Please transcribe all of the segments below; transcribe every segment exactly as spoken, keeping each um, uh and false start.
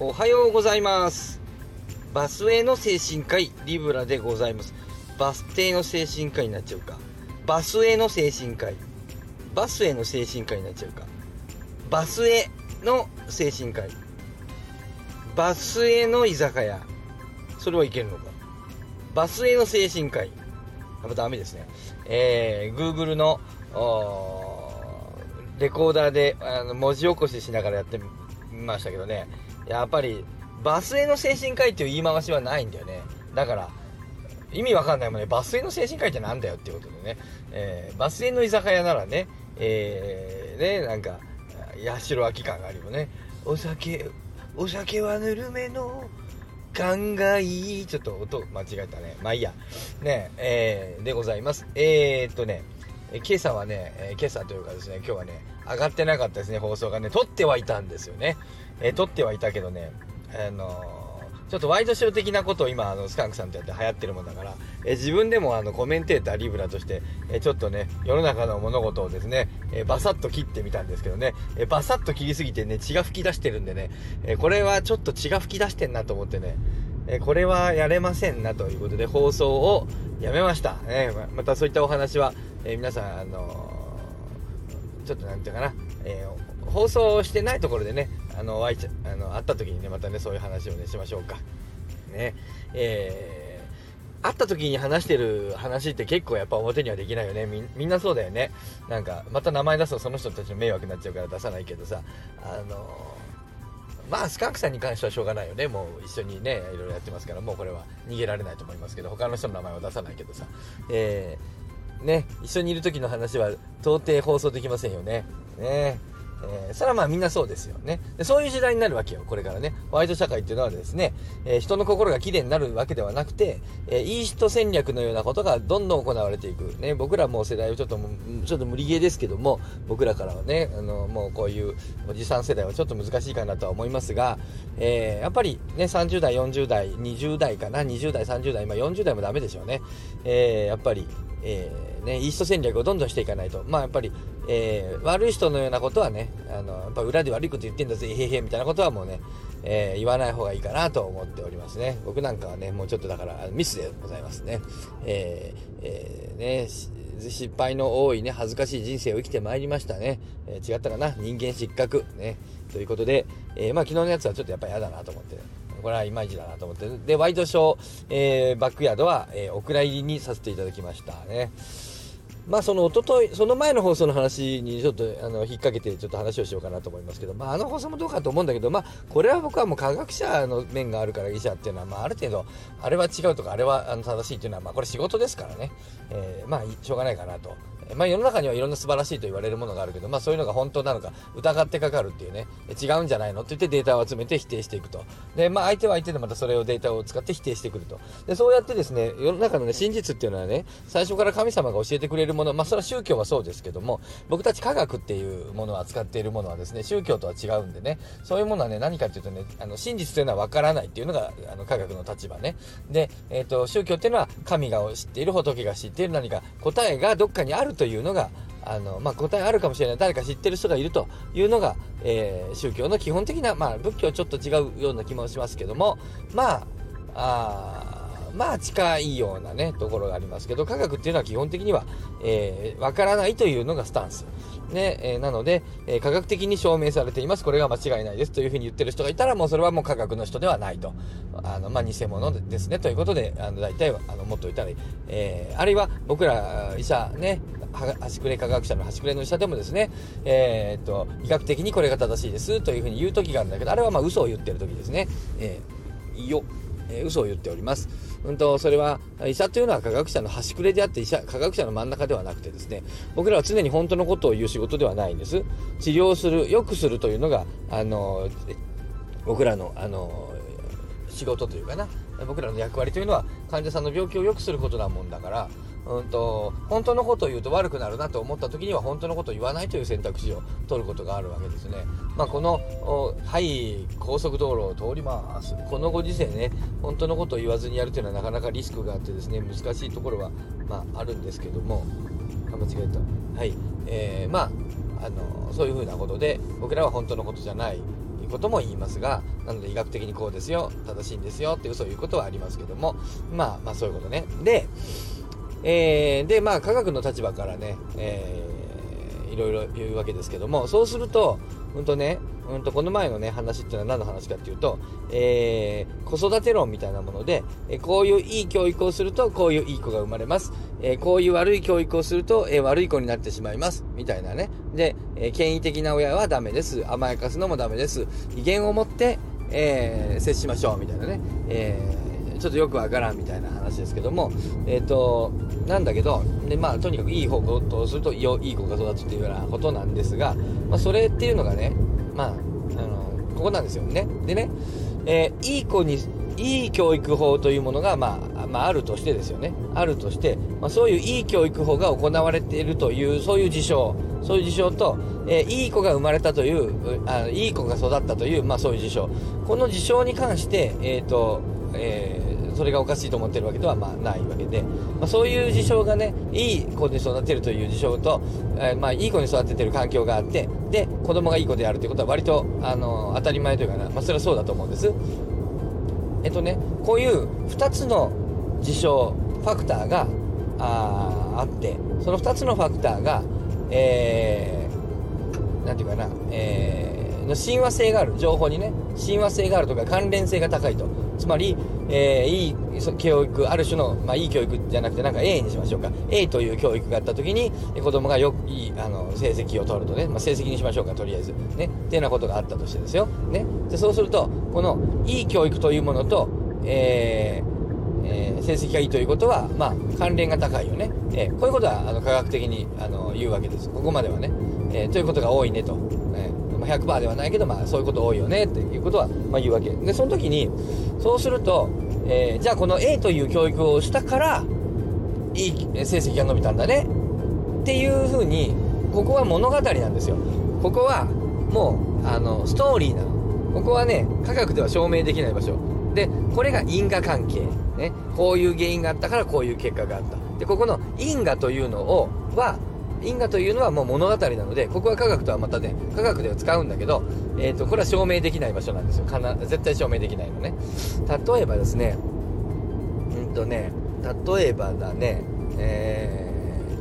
おはようございます。バスへの精神科医リブラでございます。バス停の精神科医になっちゃうか、バスへの精神科医、バスへの精神科医になっちゃうか、バスへの精神科医、バスへの居酒屋、それはいけるのか。バスへの精神科医、やっぱダメですね。えー、Google のレコーダーであの文字起こししながらやってみましたけどね、やっぱりバスへの精神科医っていう言い回しはないんだよね。だから意味わかんないもんね。バスへの精神科医ってなんだよっていうことでね、えー、バスへの居酒屋ならね、えー、ね、なんか八代亜紀感があるよね。お酒お酒はぬるめの勘がいい。ちょっと音間違えたね。まあいいやね。えー、でございます。えー、っとね今朝はね、えー、今朝というかですね、今日はね上がってなかったですね。放送がね撮ってはいたんですよね。えー、撮ってはいたけどね、あのーちょっとワイドショー的なことを今あのスカンクさんとやって流行ってるもんだから、えー、自分でもあのコメンテーターリブラとして、えー、ちょっとね世の中の物事をですね、えー、バサッと切ってみたんですけどね、えー、バサッと切りすぎてね血が吹き出してるんでね、えー、これはちょっと血が吹き出してんなと思ってね、えー、これはやれませんなということで放送をやめました、ね、ま, またそういったお話は、えー、皆さんあのー、ちょっとなんていうかな、えー、放送してないところでねあのあの会った時にねまたねそういう話をねしましょうかね。えー、会った時に話してる話って結構やっぱ表にはできないよね。 み, みんなそうだよね。なんかまた名前出すとその人たちの迷惑になっちゃうから出さないけどさ、あのー、まあスカンクさんに関してはしょうがないよね。もう一緒にねいろいろやってますから、もうこれは逃げられないと思いますけど、他の人の名前は出さないけどさ、えー、ね一緒にいる時の話は到底放送できませんよね。ねえー、それはまあみんなそうですよね。でそういう時代になるわけよこれからね。ホワイト社会っていうのはですね、えー、人の心が綺麗になるわけではなくて、えー、いい人戦略のようなことがどんどん行われていくね。僕らもう世代はちょっとちょっと無理ゲーですけども、僕らからはねあのもうこういうおじさん世代はちょっと難しいかなとは思いますが、えー、やっぱりねさんじゅう代よんじゅう代にじゅう代かな、にじゅう代さんじゅう代、まあよんじゅう代もダメでしょうね。えー、やっぱりえーね、いい人戦略をどんどんしていかないと、まあやっぱり、えー、悪い人のようなことはね、あのやっぱ裏で悪いこと言ってんだぜへへみたいなことはもうね、えー、言わない方がいいかなと思っておりますね。僕なんかはねもうちょっとだからミスでございますね。えーえー、ね失敗の多いね恥ずかしい人生を生きてまいりましたね。えー、違ったかな、人間失格ねということで、えー、まあ昨日のやつはちょっとやっぱり嫌だなと思って、これはいまいちだなと思って、でワイドショー、えー、バックヤードは、えー、お蔵入りにさせていただきましたね。まあその一昨日その前の放送の話にちょっとあの引っ掛けてちょっと話をしようかなと思いますけど、まああの放送もどうかと思うんだけど、まあこれは僕はもう科学者の面があるから医者っていうのは、まあある程度あれは違うとかあれはあの正しいっていうのはまあこれ仕事ですからね、えー、まあしょうがないかなと。まあ世の中にはいろんな素晴らしいと言われるものがあるけど、まあそういうのが本当なのか疑ってかかるっていうね、違うんじゃないのって言ってデータを集めて否定していくと。でまあ相手は相手でまたそれをデータを使って否定してくると。でそうやってですね世の中のね真実っていうのはね、最初から神様が教えてくれるもの、まあそれは宗教はそうですけども、僕たち科学っていうものを扱っているものはですね宗教とは違うんでね、そういうものはね何かっていうとね、あの真実というのは分からないっていうのがあの科学の立場ね。で、えーと、宗教っていうのは神が知っている、仏が知っている何か答えがどっかにあるというのがあの、まあ、答えあるかもしれない、誰か知ってる人がいるというのが、えー、宗教の基本的な、まあ仏教はちょっと違うような気もしますけども、まああまあ近いようなねところがありますけど、科学っていうのは基本的には、えー、分からないというのがスタンスね、えー、なので、えー、科学的に証明されています、これが間違いないですというふうに言ってる人がいたら、もうそれはもう科学の人ではないと、あのまあ偽物ですねということで、あの大体あの持っといたらいい、えー、あるいは僕ら医者ね、端くれ科学者の端くれの医者でもですね、えー、っと医学的にこれが正しいですというふうに言う時があるんだけど、あれはまあ嘘を言ってる時ですね。えー、いいよ、えー、嘘を言っております。うんとそれは医者というのは科学者の端くれであって、医者科学者の真ん中ではなくてですね、僕らは常に本当のことを言う仕事ではないんです。治療する、良くするというのがあの僕らのあの仕事というかな、僕らの役割というのは患者さんの病気を良くすることなもんだから、うんと本当のことを言うと悪くなるなと思った時には本当のことを言わないという選択肢を取ることがあるわけですね。まあこのはい高速道路を通ります、このご時世ね、本当のことを言わずにやるというのはなかなかリスクがあってですね、難しいところはまああるんですけども、あ間違えたはい、えー、まああのそういうふうなことで僕らは本当のことじゃないことも言いますが、なので医学的にこうですよ、正しいんですよっていうそういうことはありますけども、まあまあそういうことね。で、えー、でまあ科学の立場からね、えー、いろいろ言うわけですけども、そうするとうんとね、うんとこの前のね話っていうのは何の話かっていうと、えー、子育て論みたいなもので、えー、こういういい教育をするとこういういい子が生まれます、えー、こういう悪い教育をすると、えー、悪い子になってしまいますみたいなね。で、えー、権威的な親はダメです、甘やかすのもダメです、威厳を持って、えー、接しましょうみたいなね、えー、ちょっとよくわからんみたいな話ですけども、えっとなんだけどで、まあとにかくいい方向とするといい子が育つっていうようなことなんですが、まあ、それっていうのがね、まあ、あのここなんですよね。でね、えー、いい子にいい教育法というものが、まあ、まああるとしてですよね、あるとして、まあ、そういういい教育法が行われているというそういう事象そういう事象と、えー、いい子が生まれたというあいい子が育ったという、まあ、そういう事象、この事象に関して、えーとえーそれがおかしいと思ってるわけではまあないわけで、まあ、そういう事象がね、いい子に育てるという事象と、えー、まあいい子に育ててる環境があって、で子供がいい子であるということは割とあの当たり前というかな、まあ、それはそうだと思うんです。えっとねこういうふたつの事象ファクターが あ, あってそのふたつのファクターが、えー、なんていうかな、えー、の親和性がある、情報にね親和性があるとか関連性が高いと、つまりえー、いい教育、ある種の、まあ、いい教育じゃなくてなんか A にしましょうか。 A という教育があった時に子供がよくいいあの成績を取るとね、まあ、成績にしましょうか、とりあえずねっていうようなことがあったとしてですよね。でそうするとこのいい教育というものと、えーえー、成績がいいということはまあ関連が高いよね、えー、こういうことはあの科学的にあの言うわけです。ここまではね、えー、ということが多いねと、えーひゃくパーセント ではないけど、まあ、そういうこと多いよねっていうことは、まあ、言うわけで、その時にそうすると、えー、じゃあこの A という教育をしたからいい成績が伸びたんだねっていう風に、ここは物語なんですよ。ここはもうあのストーリーなの。ここはね科学では証明できない場所で、これが因果関係、ね、こういう原因があったからこういう結果があった。でここの因果というのをは因果というのはもう物語なので、ここは科学とはまたね科学では使うんだけど、えーとこれは証明できない場所なんですよ。絶対証明できないのね。例えばですねうんとね例えばだねえ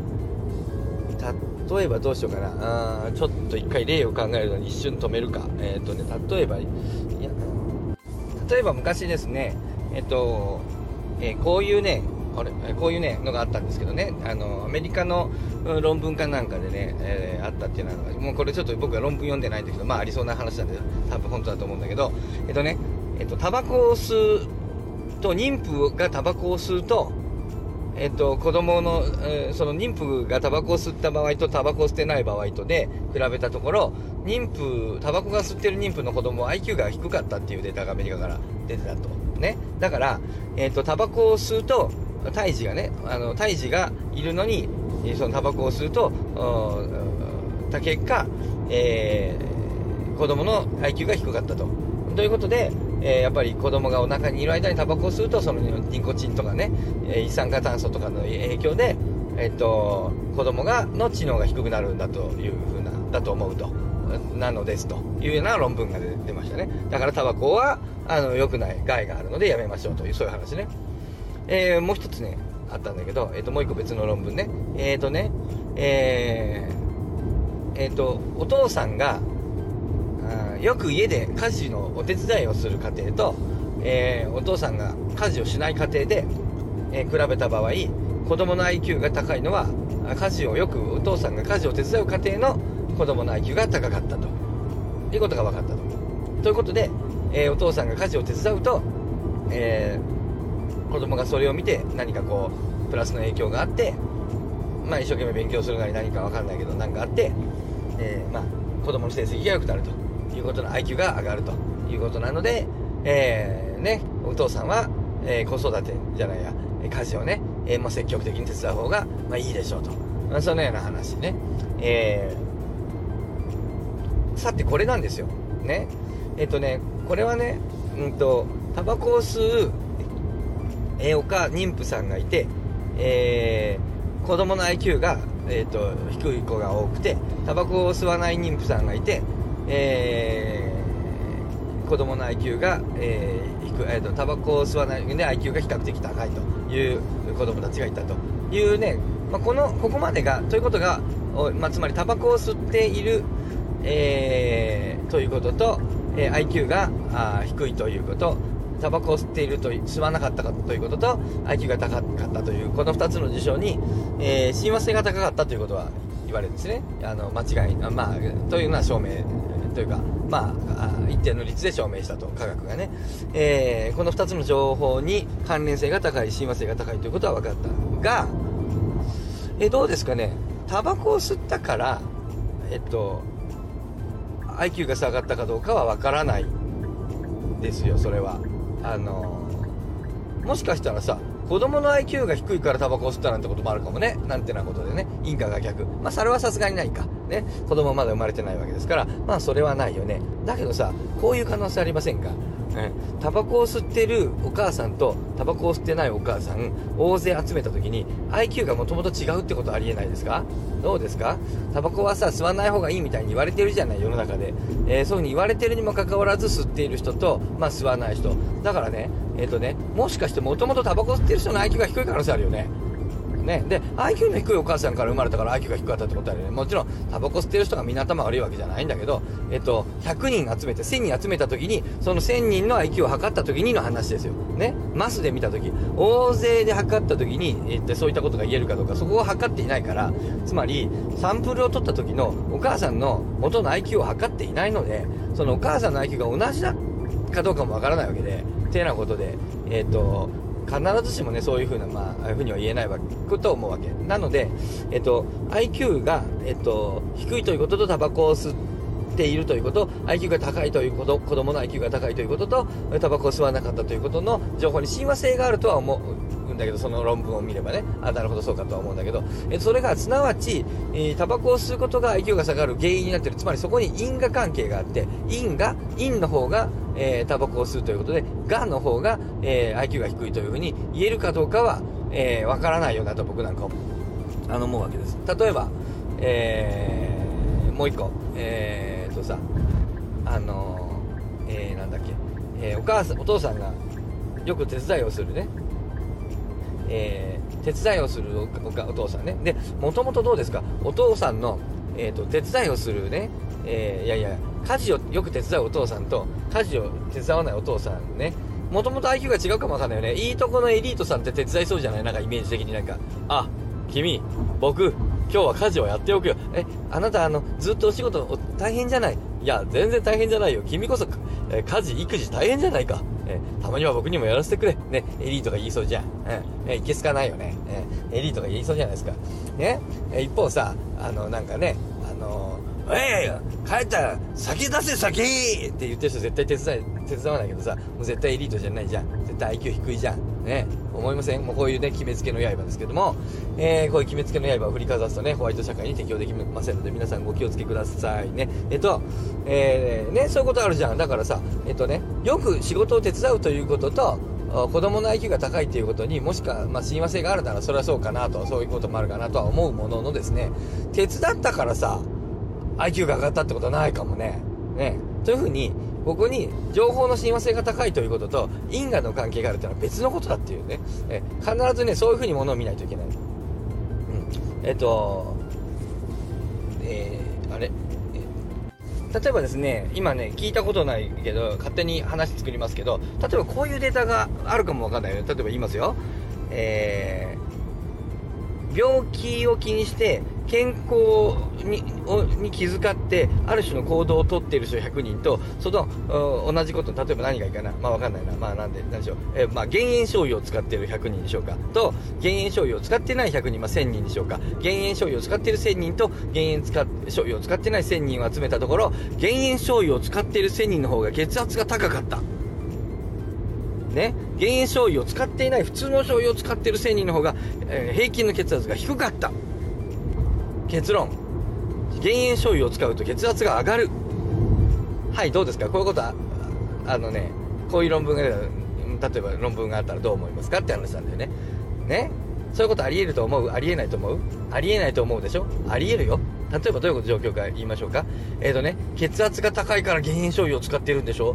ー、例えばどうしようかなあ、ちょっと一回例を考えるのに一瞬止めるか。えっ、ー、とね例えばいや例えば昔ですねえっ、ー、と、えー、こういうねこれこういうねのがあったんですけどね、あのアメリカの論文かなんかでね、えー、あったっていうのは、もうこれちょっと僕は論文読んでないんだけど、まあありそうな話なんで多分本当だと思うんだけど、えっとねえっとタバコを吸うと、妊婦がタバコを吸うとえっと子供の、えー、その妊婦がタバコを吸った場合とタバコを吸ってない場合とで比べたところ、妊婦タバコが吸ってる妊婦の子供は アイキュー が低かったっていうデータがアメリカから出てたとね。だからえっとタバコを吸うと胎児がねあの胎児がいるのにそのタバコを吸うとた結果、えー、子供の アイキュー が低かったと。ということで、えー、やっぱり子供がお腹にいる間にタバコを吸うとそのニコチンとかね一酸化炭素とかの影響で、えー、と子供がの知能が低くなるんだというふうなだと思うとなのですというような論文が出ましたね。だからタバコはあの良くない害があるのでやめましょうというそういう話ね。えー、もう一つねあったんだけど、えー、ともう一個別の論文ねえっ、ー、とねえー、えー、とお父さんがよく家で家事のお手伝いをする家庭と、えー、お父さんが家事をしない家庭で、えー、比べた場合、子供の アイキュー が高いのは家事をよくお父さんが家事を手伝う家庭の子供の アイキュー が高かったということが分かったと。ということで、えー、お父さんが家事を手伝うと、えー子供がそれを見て何かこうプラスの影響があって、まあ一生懸命勉強するなり何か分かんないけど何かあって、えー、まあ子供の成績が良くなるということの アイキュー が上がるということなので、えー、ねお父さんは、えー、子育てじゃないや家事をね、えーまあ、積極的に手伝う方がまあいいでしょうと、まあ、そのような話ね。えー、さてこれなんですよね。えっ、ー、とねこれはねうんとタバコを吸うえー、おか妊婦さんがいて、えー、子供の アイキュー が、えー、と低い子が多くて、タバコを吸わない妊婦さんがいて、え子供の アイキュー が、えー低えー、とタバコを吸わないで アイキュー が比較的高いという子供たちがいたというね、まあ、このここまでがということが、まあ、つまりタバコを吸っている、えー、ということと、えー、アイキュー があー低いということ、タバコを吸っていると吸わなかったかということと アイキュー が高かったというこのふたつの事象に、えー、親和性が高かったということは言われるんですね。あの間違いあ、まあ、というのは証明というか、まあ、一定の率で証明したと科学がね、えー、このふたつの情報に関連性が高い、親和性が高いということは分かったが、えどうですかね、タバコを吸ったからえっと アイキュー が下がったかどうかは分からないですよ。それはあのもしかしたらさ、子供の アイキュー が低いからタバコを吸ったなんてこともあるかもね、なんてなことでね、因果が逆、まあそれはさすがにないかね、子供まだ生まれてないわけですから、まあそれはないよね。だけどさ、こういう可能性ありませんか。タバコを吸ってるお母さんとタバコを吸ってないお母さん大勢集めた時に アイキュー がもともと違うってことありえないですか。どうですか。タバコはさ吸わない方がいいみたいに言われてるじゃない、世の中で、えー、そういう風に言われてるにもかかわらず吸っている人と、まあ、吸わない人だからね、えっ、ー、とねもしかしてもともとタバコ吸ってる人の アイキュー が低い可能性あるよね。ね、で アイキュー の低いお母さんから生まれたから アイキュー が低かったってことはね、もちろんタバコ吸ってる人がみんな頭悪いわけじゃないんだけど、えっと、ひゃくにん集めてせんにん集めた時にそのせんにんの アイキュー を測った時にの話ですよ、ね、マスで見た時大勢で測った時に、えー、そういったことが言えるかどうか、そこを測っていないから、つまりサンプルを取った時のお母さんの元の アイキュー を測っていないので、そのお母さんの アイキュー が同じだかどうかもわからないわけで、ってなことでえっと必ずしもねそういう風なまあああいう風には言えないわけと思うわけなので、えっと アイキュー がえっと低いということとタバコを吸っているということ、 アイキュー が高いということ、子供の アイキュー が高いということとタバコを吸わなかったということの情報に親和性があるとは思うんだけど、その論文を見ればね、あなるほどそうかとは思うんだけど、えそれがすなわち、えー、タバコを吸うことが アイキュー が下がる原因になっている、つまりそこに因果関係があって、因が因の方がえー、タバコを吸うということで、がの方が、えー、アイキュー が低いというふうに言えるかどうかは、えー、わからないよなと僕なんかあの思うわけです。例えば、えー、もう一個、えー、とさ、あのー、えー、なんだっけ、えー、お母さん、お父さんがよく手伝いをするね、えー、手伝いをする お, お, お父さんね。で、もともとどうですか、お父さんの、えー、と手伝いをするね、えー、いやいや家事をよく手伝うお父さんと家事を手伝わないお父さんね、もともと アイキュー が違うかもわかんないよね。いいとこのエリートさんって手伝いそうじゃない、なんかイメージ的に。なんか、あ、君僕今日は家事をやっておくよ、えあなたあのずっとお仕事大変じゃない、いや全然大変じゃないよ、君こそ、え家事育児大変じゃないか、えたまには僕にもやらせてくれね、エリートが言いそうじゃん、うん、いけすかないよね、えエリートが言いそうじゃないですかね。え一方さ、あのなんかね、あのおい帰ったら酒出せ酒って言ってる人絶対手伝い手伝わないけどさ、もう絶対エリートじゃないじゃん、絶対 アイキュー 低いじゃんね、思いません。もうこういうね決めつけの刃ですけども、えー、こういう決めつけの刃を振りかざすとねホワイト社会に適用できませんので、皆さんご気をつけくださいね。えっとえー、ねそういうことあるじゃん。だからさ、えっとねよく仕事を手伝うということと子供の アイキュー が高いということにもしか、まあ、親和性があるならそれはそうかなと、そういうこともあるかなとは思うもののですね、手伝ったからさ アイキュー が上がったってことはないかもね。ねというふうにここに情報の親和性が高いということと因果の関係があるというのは別のことだっていうね、え必ずねそういうふうにものを見ないといけない。うん、えっとえー、あれ例えばですね、今ね聞いたことないけど勝手に話作りますけど、例えばこういうデータがあるかもわかんないよね。例えば言いますよ、えー、病気を気にして健康にに気遣ってある種の行動をとっている人ひゃくにんと、その同じこと、例えば何がいいかな、まあわかんないな、まあなんで何でしょう、えー、まあ減塩醤油を使っているひゃくにんでしょうかと、減塩醤油を使ってないひゃくにん、まあせんにんでしょうか。減塩醤油を使っているせんにんと減塩使っ醤油を使ってないせんにんを集めたところ、減塩醤油を使っているせんにんの方が血圧が高かったね。減塩醤油を使っていない普通の醤油を使っているせんにんの方が、えー、平均の血圧が低かった。結論、減塩醤油を使うと血圧が上がる。はい、どうですか、こういうことはあのね、こういう論文が例えば論文があったらどう思いますかって話なんだよね。ね、そういうことありえると思う、ありえないと思う、ありえないと思うでしょ。ありえるよ。例えばどういうこと状況か言いましょうか。えーとね血圧が高いから減塩醤油を使ってるんでしょ。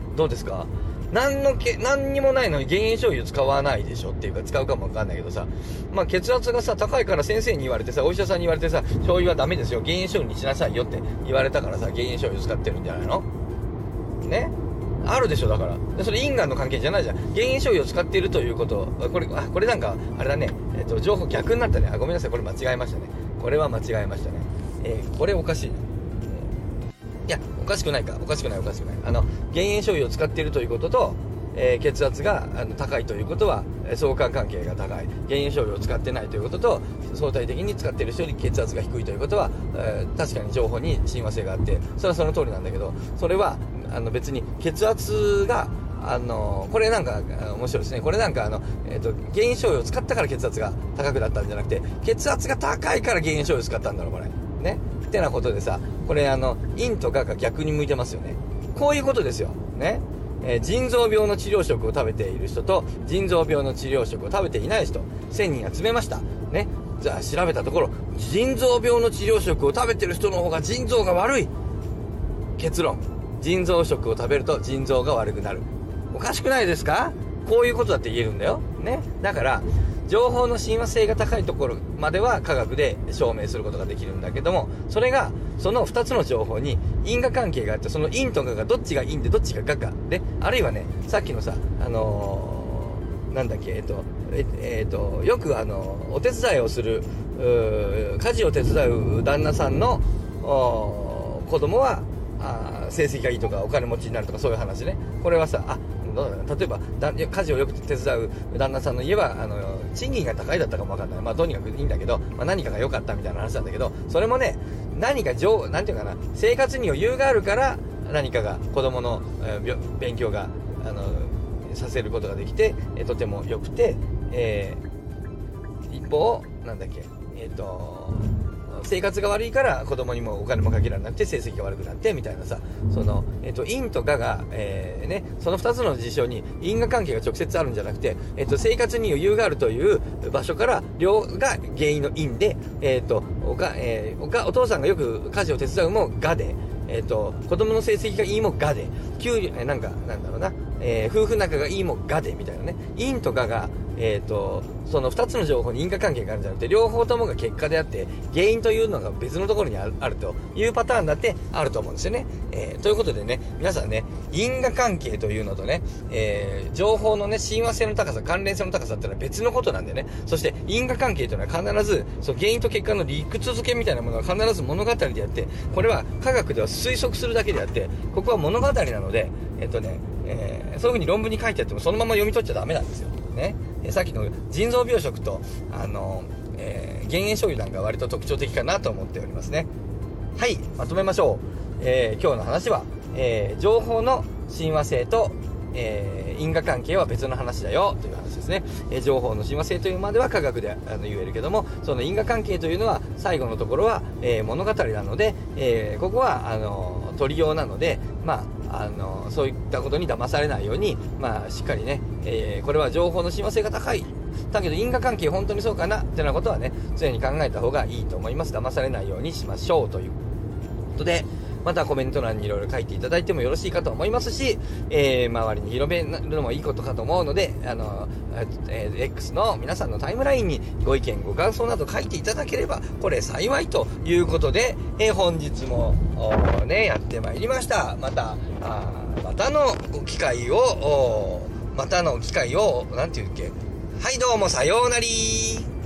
どうですか？何のけ、何にもないのに減塩醤油使わないでしょっていうか、使うかもわかんないけどさ、まあ血圧がさ、高いから先生に言われてさ、お医者さんに言われてさ、醤油はダメですよ、減塩醤油にしなさいよって言われたからさ、減塩醤油使ってるんじゃないのね。あるでしょ、だから。でそれ因果の関係じゃないじゃん。減塩醤油を使っているということ、これ、あ、これなんか、あれだね、えっと、情報逆になったね。あ、ごめんなさい、これ間違えましたね。これは間違えましたね。えー、これおかしい。いや、おかしくないか、おかしくない、おかしくない。あの、減塩醤油を使っているということと、えー、血圧があの高いということは相関関係が高い。減塩醤油を使ってないということと、相対的に使っている人より血圧が低いということは、えー、確かに情報に親和性があって、それはその通りなんだけど、それはあの別に血圧があのこれなんか面白いですね。これなんかあの、えーと、減塩醤油を使ったから血圧が高くなったんじゃなくて、血圧が高いから減塩醤油を使ったんだろう、これね。ってなことでさ、これあの陰とがが逆に向いてますよね。こういうことですよね。えー、腎臓病の治療食を食べている人と腎臓病の治療食を食べていない人せんにん集めましたね。じゃあ調べたところ、腎臓病の治療食を食べてる人の方が腎臓が悪い。結論、腎臓食を食べると腎臓が悪くなる。おかしくないですか？こういうことだって言えるんだよね。だから情報の親和性が高いところまでは科学で証明することができるんだけども、それがそのふたつの情報に因果関係があって、その因とかがどっちが因でどっちががかで、あるいはね、さっきのさ、あのー、なんだっけ、えっとええー、とよくあのお手伝いをする家事を手伝う旦那さんの子供はあ成績がいいとかお金持ちになるとか、そういう話ね。これはさ、あどうだろう、例えばだ家事をよく手伝う旦那さんの家はあの賃金が高いだったかもわかんない。まあとにかくいいんだけど、まあ、何かが良かったみたいな話なんだけど、それもね、何か上なんていうかな、生活に余裕があるから何かが子供の、えー、勉強があのさせることができて、えー、とても良くて、えー、一方なんだっけ、えっ、ー、と生活が悪いから子供にもお金もかけられなくて成績が悪くなってみたいなさ、その、えっと、因と我が、えー、ね、そのふたつの事象に因果関係が直接あるんじゃなくて、えっと、生活に余裕があるという場所から両が原因の因で、えっと、おか、えー、おか、お父さんがよく家事を手伝うも我で、えっと、子供の成績がいいも我で、給料、えー、なんか、なんだろうな、えー、夫婦仲がいいも我でみたいなね、因と我が、えーと、そのふたつの情報に因果関係があるんじゃなくて、両方ともが結果であって原因というのが別のところにある、あるというパターンだってあると思うんですよね。えー、ということでね、皆さんね、因果関係というのとね、えー、情報のね、親和性の高さ、関連性の高さっていうのは別のことなんでね。そして因果関係というのは必ずその原因と結果の理屈付けみたいなものは必ず物語であって、これは科学では推測するだけであって、ここは物語なので、えっとね、えー、そういうふうに論文に書いてあってもそのまま読み取っちゃダメなんですよね。さっきの腎臓病食とあの、えー、減塩醤油なんか割と特徴的かなと思っておりますね。はい、まとめましょう。えー、今日の話は、えー、情報の親和性と、えー、因果関係は別の話だよという話ですね。えー、情報の親和性というまでは科学であの言えるけども、その因果関係というのは最後のところは、えー、物語なので、えー、ここはあの取りようなので、まああのそういったことに騙されないように、まあしっかりね、えー、これは情報の親和性が高いだけど因果関係本当にそうかなってなことはね、常に考えた方がいいと思います。騙されないようにしましょうということで、またコメント欄にいろいろ書いていただいてもよろしいかと思いますし、えー、周りに広めるのもいいことかと思うので、あの、えー、X の皆さんのタイムラインにご意見ご感想など書いていただければこれ幸いということで、えー、本日もねやってまいりました。またあまたの機会をまたの機会をなんていうっけ、はいどうもさようなり。